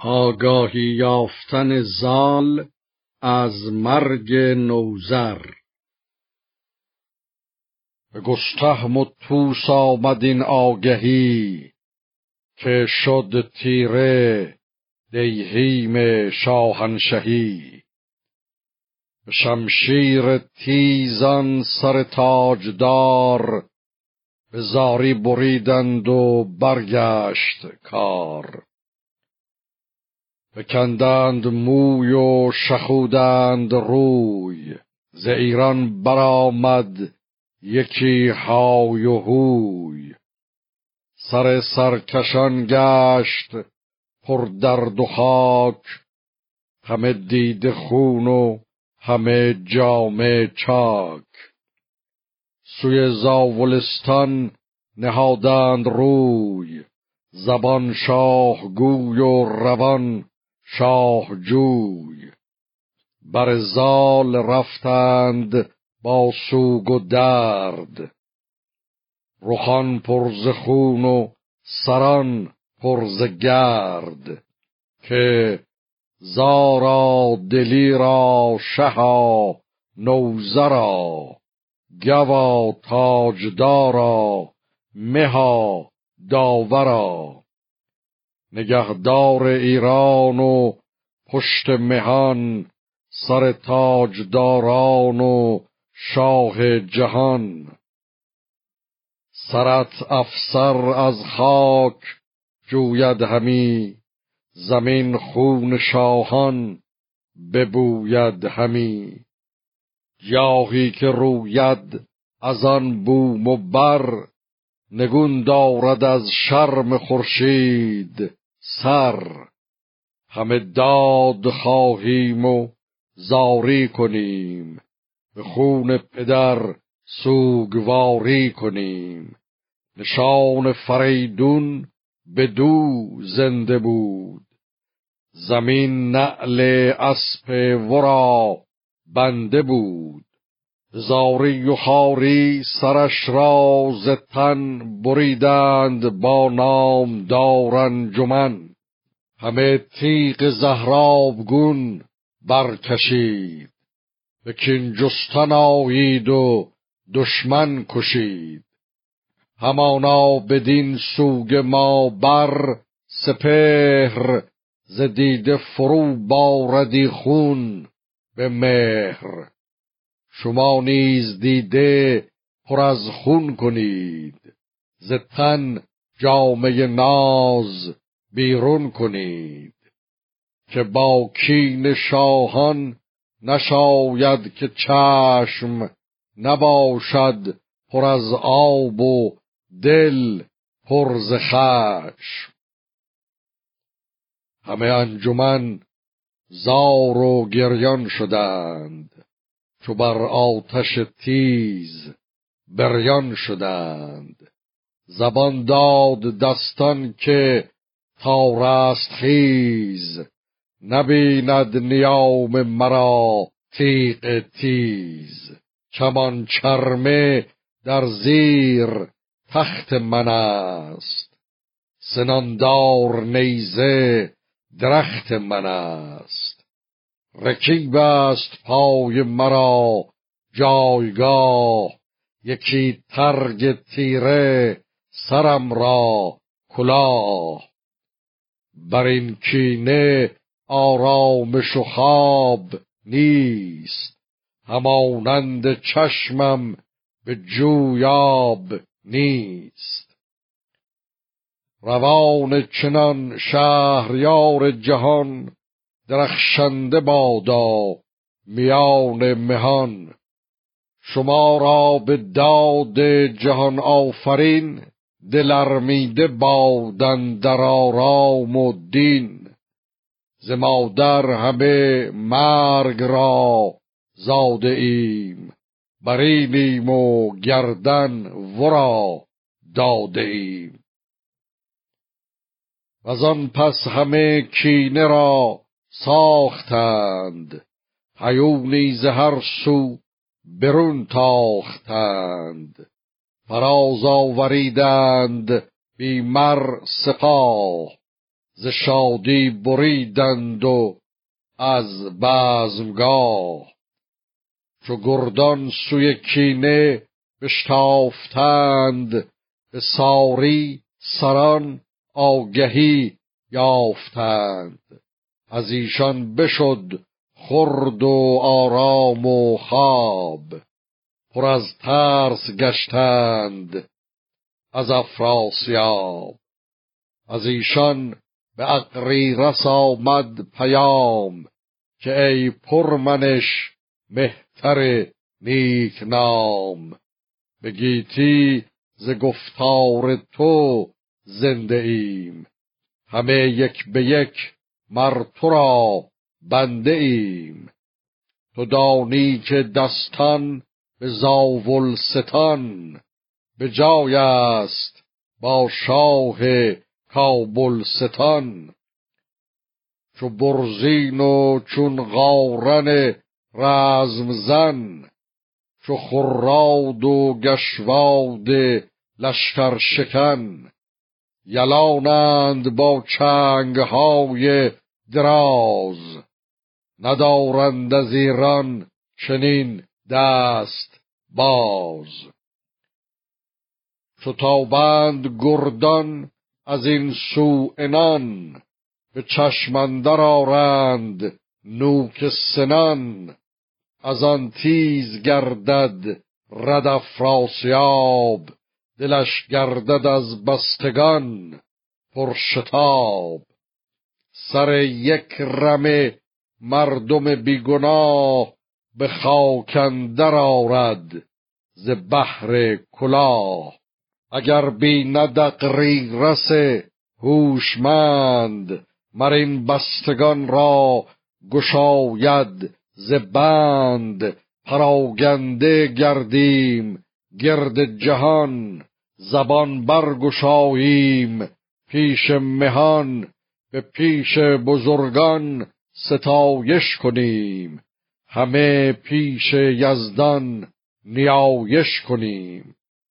آگاهی یافتن زال از مرگ نوذر. به گستهم و طوس آمد این آگهی، که شد تیره دیهیم شاهنشهی. به شمشیر تیزان سر تاجدار، به زاری بریدند و برگشت کار. بکندند موی و شخودند روی، ز ایران برآمد یکی های و هوی. سر سرکشان گشت پر درد و خاک، همه دیده خون و همه جامه چاک. سوی زاولستان نهادند روی، زبان شاه گوی و روان شاه جوی. بر زال رفتند با سوگ و درد، رخان پر ز خون و سران پر ز گرد. که زارا دلیرا شها نوذرا، گوا تاجدارا مها داورا. نگهدار ایران و پشت مهان، سر تاجداران و شاه جهان. سرت افسر از خاک جوید همی، زمین خون شاهان ببوید همی. گیاهی که روید از آن بوم و بر، نگون دارد از شرم خورشید سر. همه داد خواهیم و زاری کنیم، به خون پدر سوگواری کنیم. نشان فریدون بدو زنده بود، زمین نعل اسپ ورا بنده بود. زاری و خواری سرش را ز تن، بریدند با نامدار انجمن. همه تیغ زهرآبگون برکشید، به کین جستن آیید و دشمن کشید. همانا بدین سوگ ما بر سپهر، ز دیده فرو باردی خون به مهر. شما نیز دیده پر از خون کنید، ز تن جامه ناز بیرون کنید. که با کین شاهان نشاید که چشم، نباشد پر از آب و دل پر ز خشم. همه انجمن زار و گریان شدند، چو بر آتش تیز بریان شدند. زبان داد دستان که تا رستخیز، نبیند نیام مرا تیغ تیز. کمان چرمه در زیر تخت من است، سناندار نیزه درخت من است. رکیب است پای مرا جایگاه، یکی ترگ تیره سرم را کلاه. بر این کینه آرامش و خواب نیست، همانند چشمم به جویاب نیست. روان چنان شهریار جهان، درخشنده بادا میان مهان. شما را به داد جهان آفرین، دل ارمیده باد اندر آرام و دین. ز مادر همه مرگ را زاده ایم، برینیم و گردن ورا داده ایم. وزان پس همه کینه را ساختند، هیونی ز هر سو برون تاختند. فراز آوریدند بی مر سپاه، ز شادی بریدند و از بزمگاه. چو گردان سوی کینه بشتافتند، به ساری سران آگهی یافتند. از ایشان بشد خورد و آرام و خواب، پر از ترس گشتند از افراسیاب. از ایشان به اغریرث آمد پیام، که ای پرمنش مهتر نیک نام. به گیتی ز گفتار تو زنده ایم، همه یک به یک مر تو را بنده ایم. تو دانی که دستان به زاولستان، به جای است با شاه کابلستان. چو برزین و چون قارن رزم زن، چو خراد و گشواد لشکر شکن. یلانند با چنگهای دراز، ندارند از ایران چنین دست باز. چو تابند گردان از این سو عنان، به چشم اندر آرند نوک سنان. از آن تیز گردد رد افراسیاب، دلش گردد از بستگان پرشتاب. سر یک رمه مردم بیگناه، به خاک اندر آرد ز بهر کلاه. اگر بیند اغریرث هوشمند، مر این بستگان را گشاید ز بند. پراگنده گردیم گرد جهان، زبان برگشاییم پیش مهان. به پیش بزرگان ستایش کنیم، همه پیش یزدان نیایش کنیم.